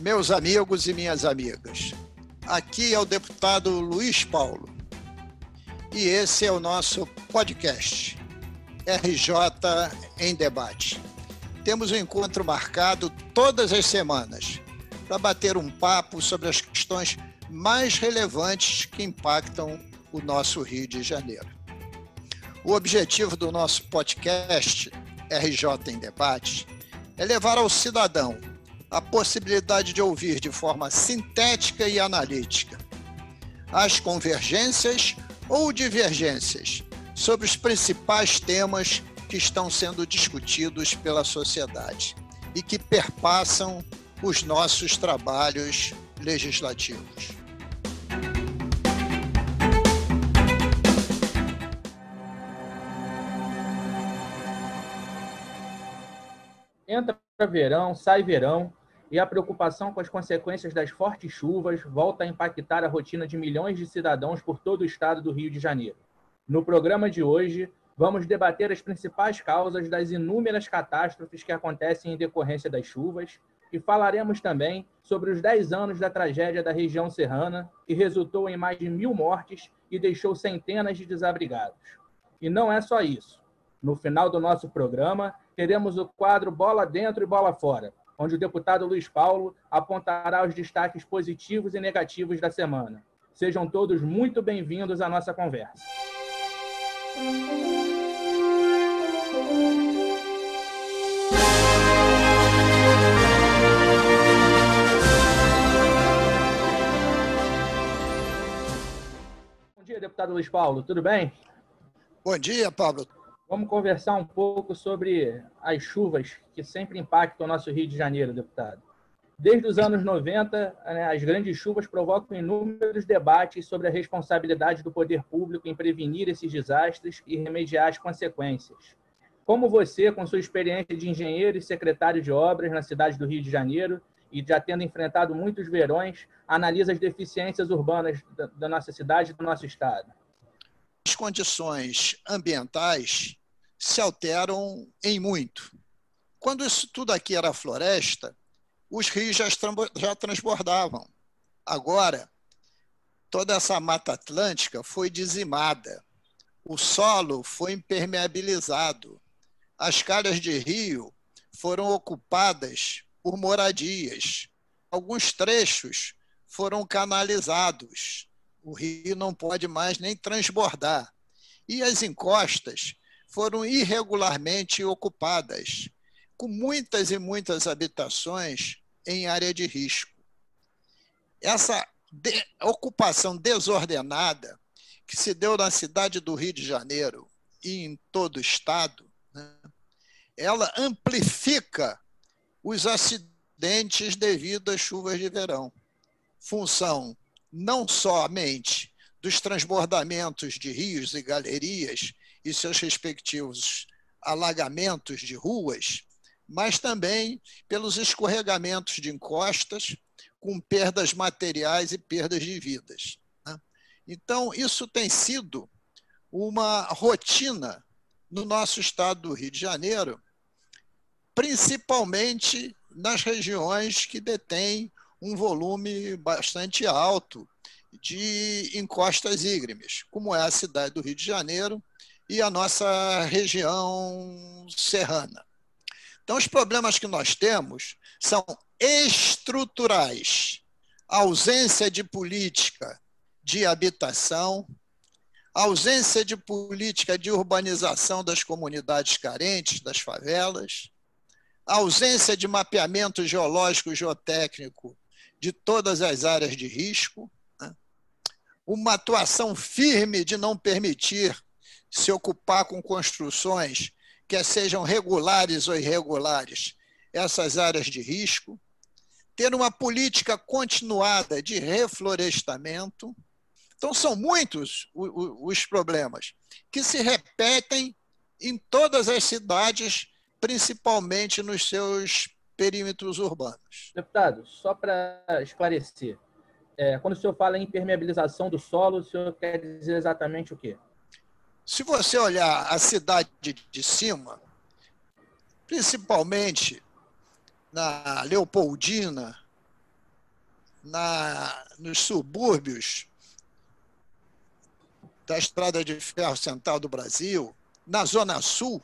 Meus amigos e minhas amigas, aqui é o deputado Luiz Paulo e esse é o nosso podcast, RJ em Debate. Temos um encontro marcado todas as semanas para bater um papo sobre as questões mais relevantes que impactam o nosso Rio de Janeiro. O objetivo do nosso podcast, RJ em Debate, é levar ao cidadão a possibilidade de ouvir de forma sintética e analítica as convergências ou divergências sobre os principais temas que estão sendo discutidos pela sociedade e que perpassam os nossos trabalhos legislativos. Entra verão, sai verão, e a preocupação com as consequências das fortes chuvas volta a impactar a rotina de milhões de cidadãos por todo o estado do Rio de Janeiro. No programa de hoje, vamos debater as principais causas das inúmeras catástrofes que acontecem em decorrência das chuvas e falaremos também sobre os 10 anos da tragédia da região serrana, que resultou em mais de 1.000 mortes e deixou centenas de desabrigados. E não é só isso. No final do nosso programa, teremos o quadro Bola Dentro e Bola Fora, onde o deputado Luiz Paulo apontará os destaques positivos e negativos da semana. Sejam todos muito bem-vindos à nossa conversa. Bom dia, deputado Luiz Paulo, tudo bem? Bom dia, Pablo. Vamos conversar um pouco sobre as chuvas que sempre impactam o nosso Rio de Janeiro, deputado. Desde os anos 90, as grandes chuvas provocam inúmeros debates sobre a responsabilidade do poder público em prevenir esses desastres e remediar as consequências. Como você, com sua experiência de engenheiro e secretário de obras na cidade do Rio de Janeiro, e já tendo enfrentado muitos verões, analisa as deficiências urbanas da nossa cidade e do nosso estado? As condições ambientais se alteram em muito. Quando isso tudo aqui era floresta, os rios já transbordavam. Agora, toda essa Mata Atlântica foi dizimada, o solo foi impermeabilizado, as calhas de rio foram ocupadas por moradias, alguns trechos foram canalizados, o rio não pode mais nem transbordar, e as encostas foram irregularmente ocupadas, com muitas e muitas habitações em área de risco. Essa ocupação desordenada que se deu na cidade do Rio de Janeiro e em todo o estado, ela amplifica os acidentes devido às chuvas de verão, função não somente dos transbordamentos de rios e galerias e seus respectivos alagamentos de ruas, mas também pelos escorregamentos de encostas, com perdas materiais e perdas de vidas. Então, isso tem sido uma rotina no nosso estado do Rio de Janeiro, principalmente nas regiões que detêm um volume bastante alto de encostas ígremes, como é a cidade do Rio de Janeiro e a nossa região serrana. Então, os problemas que nós temos são estruturais, ausência de política de habitação, ausência de política de urbanização das comunidades carentes, das favelas, ausência de mapeamento geológico e geotécnico de todas as áreas de risco, uma atuação firme de não permitir se ocupar com construções que sejam regulares ou irregulares essas áreas de risco, ter uma política continuada de reflorestamento. Então, são muitos os problemas que se repetem em todas as cidades, principalmente nos seus perímetros urbanos. Deputado, só para esclarecer, quando o senhor fala em impermeabilização do solo, o senhor quer dizer exatamente o quê? Se você olhar a cidade de cima, principalmente na Leopoldina, nos subúrbios da Estrada de Ferro Central do Brasil, na Zona Sul,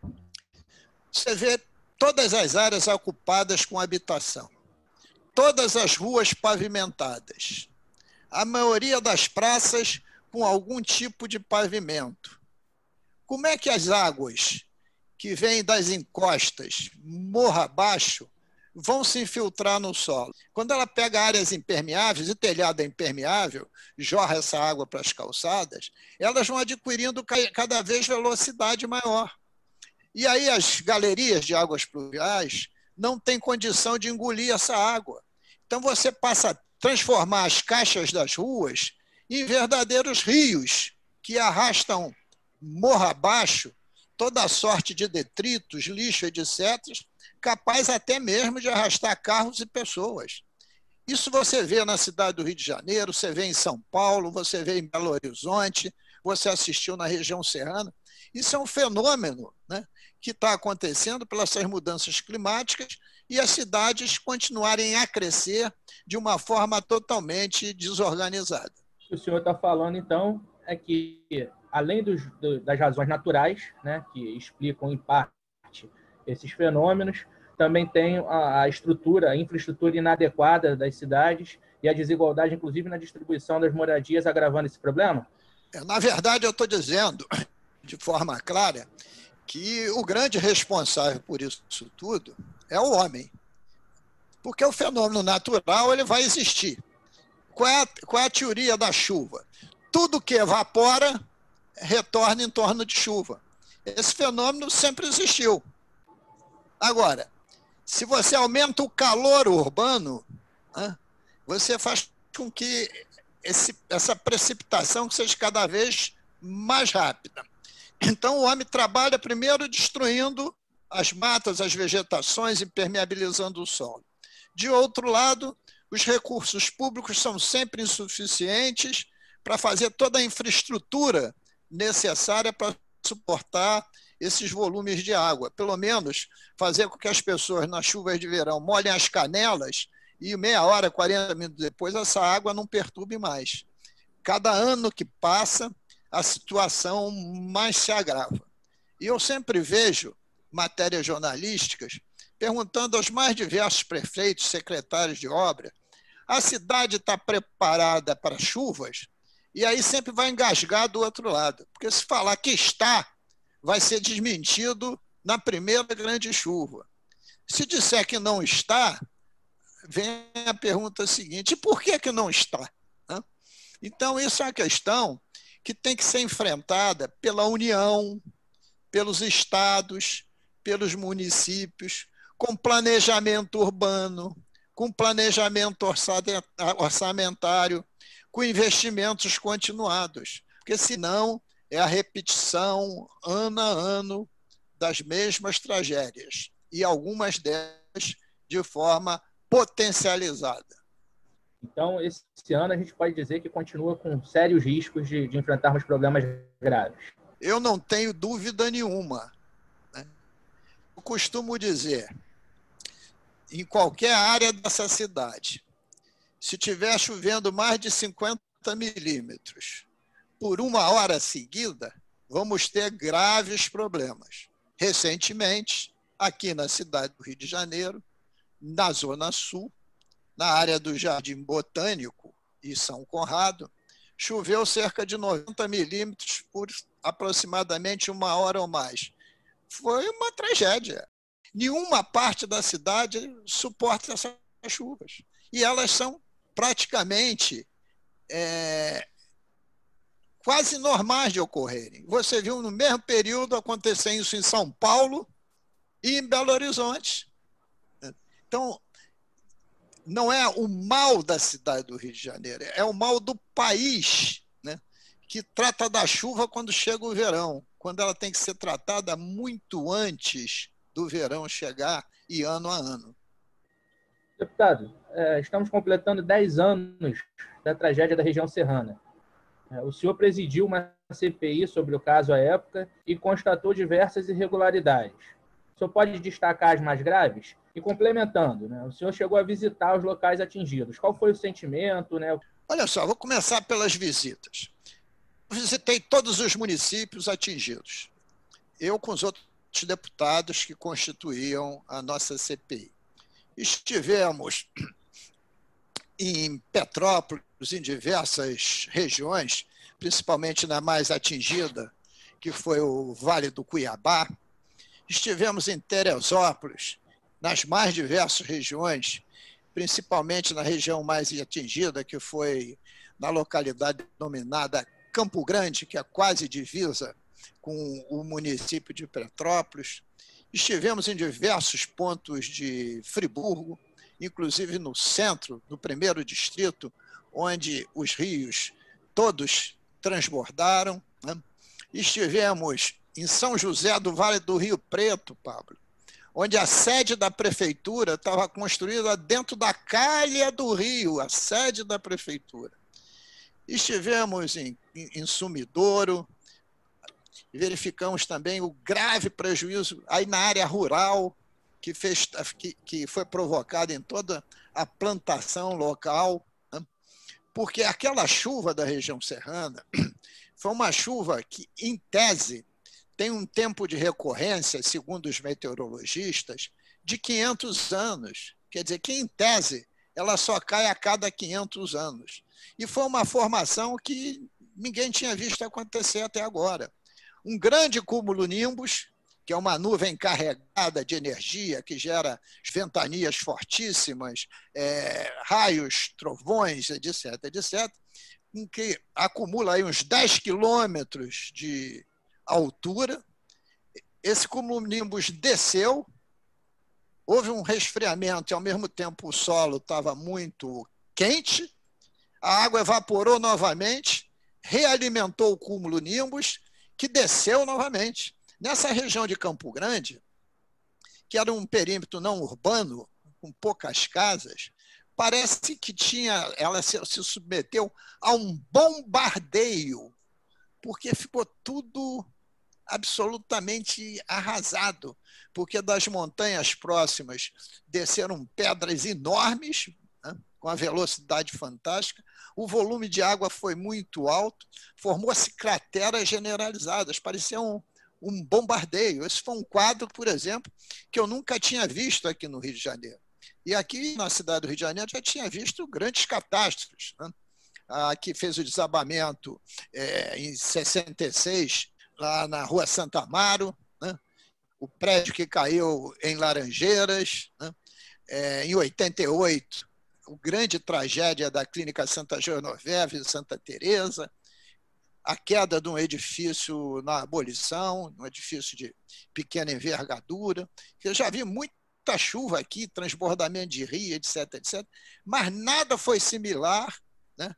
você vê todas as áreas ocupadas com habitação, todas as ruas pavimentadas, a maioria das praças com algum tipo de pavimento. Como é que as águas que vêm das encostas, morro abaixo, vão se infiltrar no solo? Quando ela pega áreas impermeáveis, e telhado é impermeável, jorra essa água para as calçadas, elas vão adquirindo cada vez velocidade maior. E aí as galerias de águas pluviais não têm condição de engolir essa água. Então você passa a transformar as caixas das ruas em verdadeiros rios que arrastam morro abaixo toda a sorte de detritos, lixo, etc., capaz até mesmo de arrastar carros e pessoas. Isso você vê na cidade do Rio de Janeiro, você vê em São Paulo, você vê em Belo Horizonte, você assistiu na região serrana. Isso é um fenômeno, né, que está acontecendo pelas mudanças climáticas e as cidades continuarem a crescer de uma forma totalmente desorganizada. O que o senhor está falando, então, é que, além das razões naturais, né, que explicam, em parte, esses fenômenos, também tem a infraestrutura inadequada das cidades e a desigualdade, inclusive, na distribuição das moradias, agravando esse problema? Na verdade, eu estou dizendo, de forma clara, que o grande responsável por isso tudo é o homem. Porque o fenômeno natural ele vai existir. Qual é a teoria da chuva? Tudo que evapora retorna em torno de chuva. Esse fenômeno sempre existiu. Agora, se você aumenta o calor urbano, né, você faz com que essa precipitação seja cada vez mais rápida. Então, o homem trabalha primeiro destruindo as matas, as vegetações, impermeabilizando o solo. De outro lado, os recursos públicos são sempre insuficientes para fazer toda a infraestrutura necessária para suportar esses volumes de água. Pelo menos fazer com que as pessoas, nas chuvas de verão, molhem as canelas e meia hora, 40 minutos depois, essa água não perturbe mais. Cada ano que passa, a situação mais se agrava. E eu sempre vejo matérias jornalísticas perguntando aos mais diversos prefeitos, secretários de obra, a cidade está preparada para chuvas? E aí sempre vai engasgar do outro lado. Porque se falar que está, vai ser desmentido na primeira grande chuva. Se disser que não está, vem a pergunta seguinte: e por que não está? Então, isso é uma questão que tem que ser enfrentada pela União, pelos estados, pelos municípios, com planejamento urbano, com planejamento orçamentário, com investimentos continuados, porque senão é a repetição ano a ano das mesmas tragédias, e algumas delas de forma potencializada. Então, esse ano a gente pode dizer que continua com sérios riscos de enfrentarmos problemas graves. Eu não tenho dúvida nenhuma. Eu costumo dizer, em qualquer área dessa cidade, se estiver chovendo mais de 50 milímetros por uma hora seguida, vamos ter graves problemas. Recentemente, aqui na cidade do Rio de Janeiro, na Zona Sul, na área do Jardim Botânico e São Conrado, choveu cerca de 90 milímetros por aproximadamente uma hora ou mais. Foi uma tragédia. Nenhuma parte da cidade suporta essas chuvas. E elas são praticamente quase normais de ocorrerem. Você viu no mesmo período acontecer isso em São Paulo e em Belo Horizonte. Então, não é o mal da cidade do Rio de Janeiro, é o mal do país, né, que trata da chuva quando chega o verão, quando ela tem que ser tratada muito antes do verão chegar e ano a ano. Deputado, estamos completando 10 anos da tragédia da região serrana. O senhor presidiu uma CPI sobre o caso à época e constatou diversas irregularidades. O senhor pode destacar as mais graves? E complementando, né? O senhor chegou a visitar os locais atingidos. Qual foi o sentimento, né? Olha só, vou começar pelas visitas. Visitei todos os municípios atingidos. Eu com os outros deputados que constituíam a nossa CPI. Estivemos em Petrópolis, em diversas regiões, principalmente na mais atingida, que foi o Vale do Cuiabá. Estivemos em Teresópolis, nas mais diversas regiões, principalmente na região mais atingida, que foi na localidade denominada Campo Grande, que é quase divisa com o município de Petrópolis. Estivemos em diversos pontos de Friburgo, inclusive no centro, no primeiro distrito, onde os rios todos transbordaram, né? Estivemos em São José do Vale do Rio Preto, Pablo, onde a sede da prefeitura estava construída dentro da calha do rio, a sede da prefeitura. Estivemos em Sumidouro, verificamos também o grave prejuízo aí na área rural que foi provocado em toda a plantação local, né? Porque aquela chuva da região serrana foi uma chuva que, em tese, tem um tempo de recorrência, segundo os meteorologistas, de 500 anos. Quer dizer que, em tese, ela só cai a cada 500 anos. E foi uma formação que ninguém tinha visto acontecer até agora. Um grande cumulonimbus, que é uma nuvem carregada de energia, que gera ventanias fortíssimas, raios, trovões, etc., etc., em que acumula aí uns 10 quilômetros de altura. Esse cumulonimbus desceu, houve um resfriamento e, ao mesmo tempo, o solo estava muito quente, a água evaporou novamente, realimentou o cumulonimbus, que desceu novamente. Nessa região de Campo Grande, que era um perímetro não urbano, com poucas casas, parece que ela se submeteu a um bombardeio, porque ficou tudo absolutamente arrasado, porque das montanhas próximas desceram pedras enormes, né, com a velocidade fantástica, o volume de água foi muito alto, formou-se crateras generalizadas, parecia um bombardeio. Esse foi um quadro, por exemplo, que eu nunca tinha visto aqui no Rio de Janeiro. E aqui na cidade do Rio de Janeiro já tinha visto grandes catástrofes, né? Que fez o desabamento em 66, lá na Rua Santa Amaro, né? O prédio que caiu em Laranjeiras, né? Em 88, a grande tragédia da Clínica Santa Genoveva, Santa Teresa, a queda de um edifício na Abolição, um edifício de pequena envergadura. Eu já vi muita chuva aqui, transbordamento de rio, etc., etc., mas nada foi similar, né,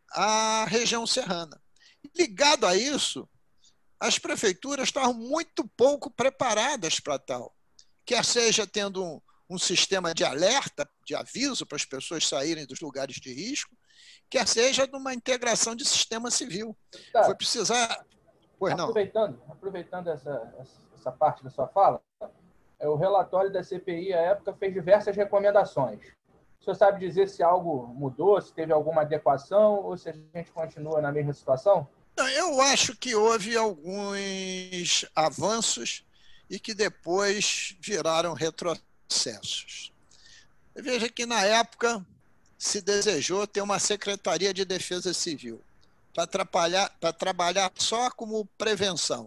à região serrana. Ligado a isso, as prefeituras estavam muito pouco preparadas para tal, quer seja tendo um sistema de alerta, de aviso para as pessoas saírem dos lugares de risco, quer seja numa integração de sistema civil. Tá. Foi precisar... Pois não. Aproveitando essa parte da sua fala, o relatório da CPI, à época, fez diversas recomendações. O senhor sabe dizer se algo mudou, se teve alguma adequação, ou se a gente continua na mesma situação? Eu acho que houve alguns avanços e que depois viraram retrocessos. Veja que, na época, se desejou ter uma Secretaria de Defesa Civil para trabalhar só como prevenção,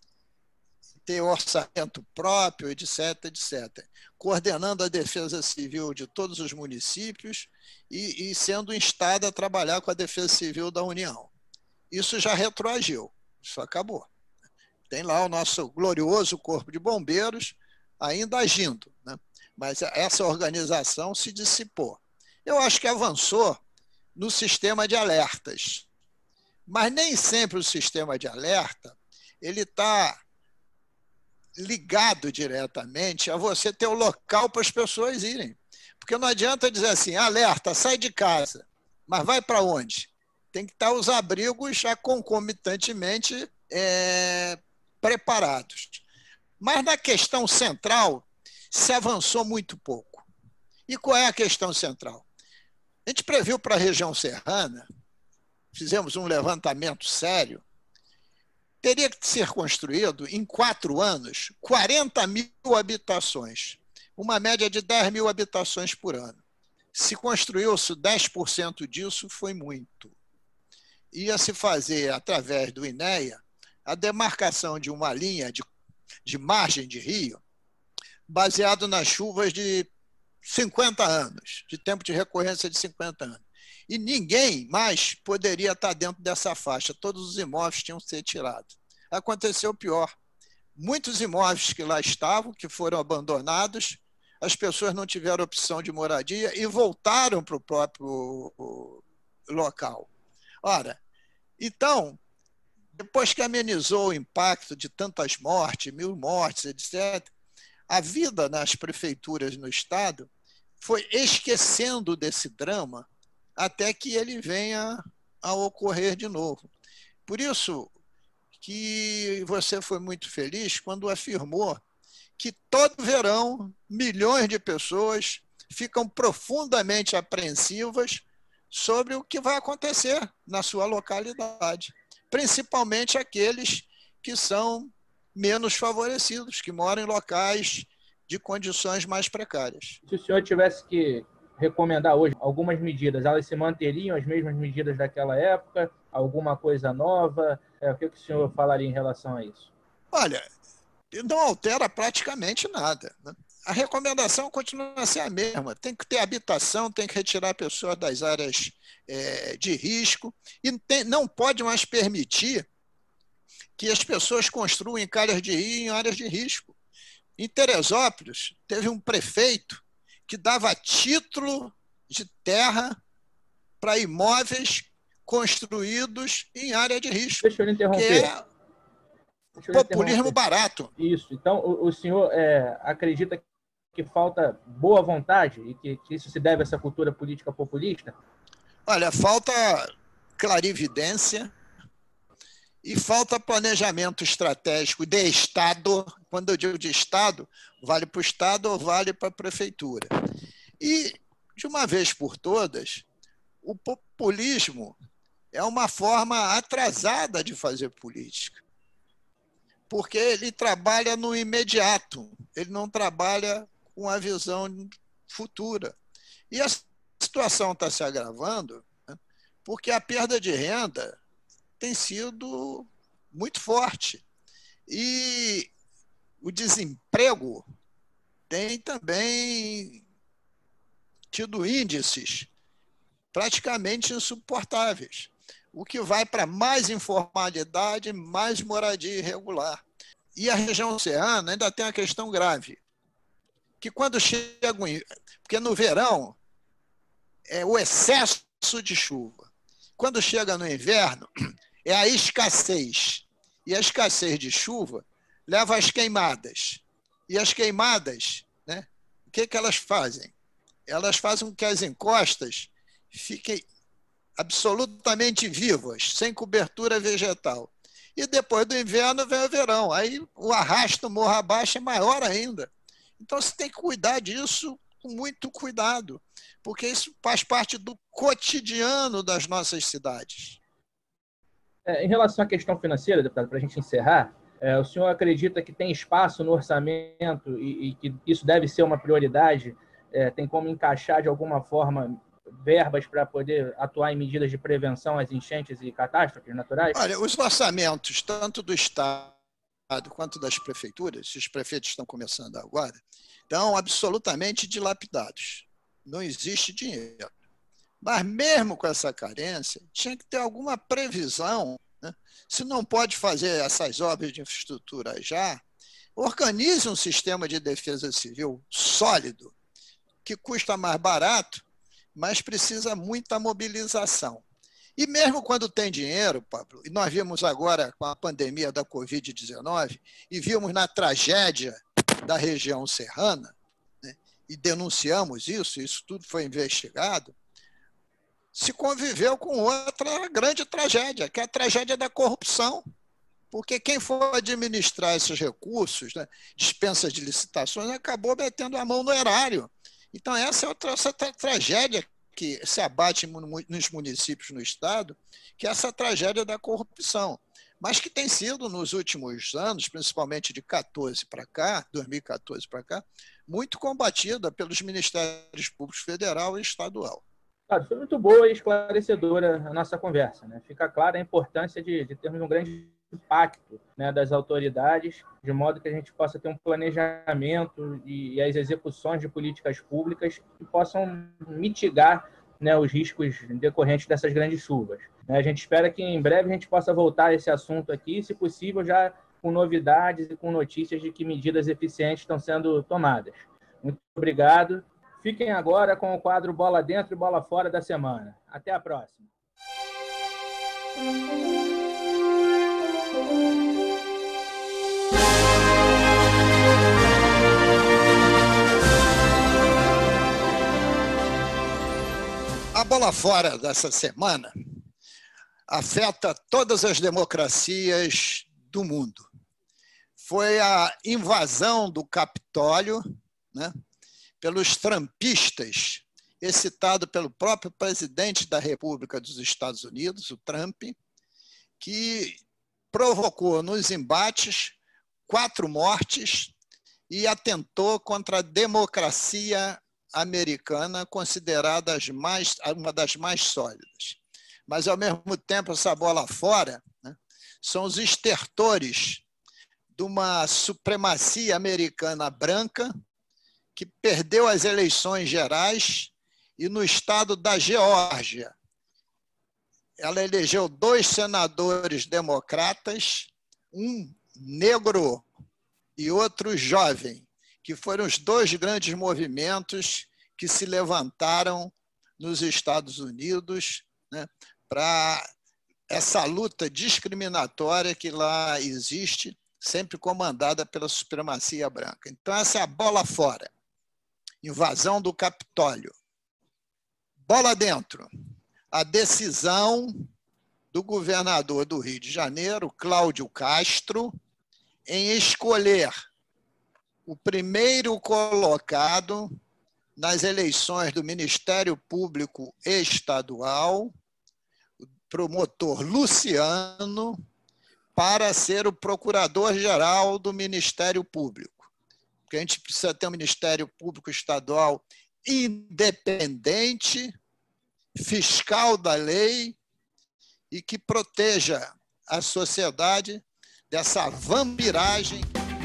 ter orçamento próprio, etc., etc., coordenando a defesa civil de todos os municípios e sendo instado a trabalhar com a defesa civil da União. Isso já retroagiu, isso acabou. Tem lá o nosso glorioso Corpo de Bombeiros ainda agindo, né? Mas essa organização se dissipou. Eu acho que avançou no sistema de alertas, mas nem sempre o sistema de alerta ele está ligado diretamente a você ter o local para as pessoas irem. Porque não adianta dizer assim, alerta, sai de casa, mas vai para onde? Tem que estar os abrigos já concomitantemente preparados. Mas na questão central se avançou muito pouco. E qual é a questão central? A gente previu para a região serrana, fizemos um levantamento sério, teria que ser construído, em 4 anos, 40 mil habitações, uma média de 10 mil habitações por ano. Se construiu-se 10% disso, foi muito. Ia se fazer, através do INEA, a demarcação de uma linha de margem de rio, baseado nas chuvas de 50 anos, de tempo de recorrência de 50 anos. E ninguém mais poderia estar dentro dessa faixa, todos os imóveis tinham que ser tirados. Aconteceu o pior. Muitos imóveis que lá estavam, que foram abandonados, as pessoas não tiveram opção de moradia e voltaram para o próprio local. Ora, então, depois que amenizou o impacto de tantas mortes, 1000 mortes, etc., a vida nas prefeituras no estado foi esquecendo desse drama até que ele venha a ocorrer de novo. Por isso que você foi muito feliz quando afirmou que todo verão milhões de pessoas ficam profundamente apreensivas sobre o que vai acontecer na sua localidade, principalmente aqueles que são menos favorecidos, que moram em locais de condições mais precárias. Se o senhor tivesse que recomendar hoje algumas medidas, elas se manteriam as mesmas medidas daquela época? Alguma coisa nova? O que o senhor falaria em relação a isso? Olha, não altera praticamente nada, né? A recomendação continua a ser a mesma. Tem que ter habitação, tem que retirar pessoas das áreas de risco e não pode mais permitir que as pessoas construam em calhas de rio em áreas de risco. Em Teresópolis, teve um prefeito que dava título de terra para imóveis construídos em área de risco. Deixa eu lhe interromper. Que é populismo barato. Isso. Então, o senhor acredita que falta boa vontade e que isso se deve a essa cultura política populista? Olha, falta clarividência e falta planejamento estratégico de Estado. Quando eu digo de Estado, vale para o Estado ou vale para a prefeitura. E, de uma vez por todas, o populismo é uma forma atrasada de fazer política, porque ele trabalha no imediato, ele não trabalha com a visão futura. E a situação está se agravando, né, porque a perda de renda tem sido muito forte. E o desemprego tem também tido índices praticamente insuportáveis, o que vai para mais informalidade, mais moradia irregular. E a região serrana ainda tem uma questão grave, que quando chega... Porque no verão é o excesso de chuva. Quando chega no inverno, é a escassez. E a escassez de chuva leva às queimadas. E as queimadas, né, o que elas fazem? Elas fazem com que as encostas fiquem absolutamente vivas, sem cobertura vegetal. E depois do inverno vem o verão. Aí o arrasto morro abaixo é maior ainda. Então você tem que cuidar disso com muito cuidado, porque isso faz parte do cotidiano das nossas cidades. Em relação à questão financeira, deputado, para a gente encerrar, o senhor acredita que tem espaço no orçamento e que isso deve ser uma prioridade? Tem como encaixar de alguma forma verbas para poder atuar em medidas de prevenção às enchentes e catástrofes naturais? Olha, os orçamentos, tanto do Estado quanto das prefeituras, os prefeitos estão começando agora, estão absolutamente dilapidados. Não existe dinheiro. Mas mesmo com essa carência, tinha que ter alguma previsão, né? Se não pode fazer essas obras de infraestrutura já, organize um sistema de defesa civil sólido, que custa mais barato, mas precisa muita mobilização. E mesmo quando tem dinheiro, Pablo, e nós vimos agora com a pandemia da Covid-19, e vimos na tragédia da região serrana, né, e denunciamos isso tudo foi investigado, se conviveu com outra grande tragédia, que é a tragédia da corrupção, porque quem for administrar esses recursos, né, dispensas de licitações, acabou metendo a mão no erário. Então, essa é outra tragédia que se abate nos municípios no Estado, que é essa tragédia da corrupção, mas que tem sido, nos últimos anos, principalmente de 2014 para cá, muito combatida pelos Ministérios Públicos Federal e Estadual. Claro, foi muito boa e esclarecedora a nossa conversa, né? Fica clara a importância de termos um grande impacto, né, das autoridades, de modo que a gente possa ter um planejamento e as execuções de políticas públicas que possam mitigar, né, os riscos decorrentes dessas grandes chuvas. A gente espera que em breve a gente possa voltar a esse assunto aqui, se possível já com novidades e com notícias de que medidas eficientes estão sendo tomadas. Muito obrigado. Fiquem agora com o quadro Bola Dentro e Bola Fora da semana. Até a próxima. A bola fora dessa semana afeta todas as democracias do mundo. Foi a invasão do Capitólio, né, pelos trumpistas, excitado pelo próprio presidente da República dos Estados Unidos, o Trump, que provocou nos embates 4 mortes e atentou contra a democracia americana, considerada uma das mais sólidas. Mas, ao mesmo tempo, essa bola fora, né, são os estertores de uma supremacia americana branca que perdeu as eleições gerais e no estado da Geórgia. Ela elegeu 2 senadores democratas, um negro e outro jovem, que foram os 2 grandes movimentos que se levantaram nos Estados Unidos, né, para essa luta discriminatória que lá existe, sempre comandada pela supremacia branca. Então, essa é a bola fora. Invasão do Capitólio. Bola dentro. A decisão do governador do Rio de Janeiro, Cláudio Castro, em escolher o primeiro colocado nas eleições do Ministério Público Estadual, o promotor Luciano, para ser o procurador-geral do Ministério Público. Porque a gente precisa ter um Ministério Público Estadual independente, fiscal da lei e que proteja a sociedade dessa vampiragem.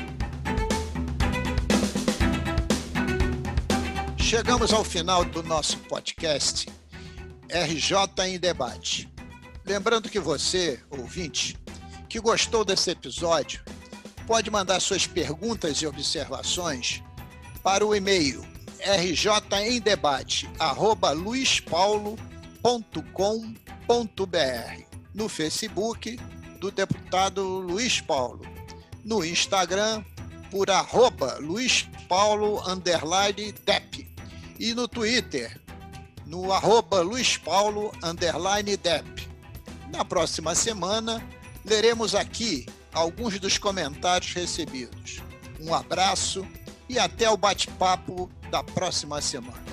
Chegamos ao final do nosso podcast RJ em Debate. Lembrando que você, ouvinte, que gostou desse episódio, pode mandar suas perguntas e observações para o e-mail rjemdebate@luispaulo.com.br, no Facebook do deputado Luiz Paulo, no Instagram por @luispaulo_dep e no Twitter no @luispaulo_dep. Na próxima semana, leremos aqui alguns dos comentários recebidos. Um abraço e até o bate-papo da próxima semana.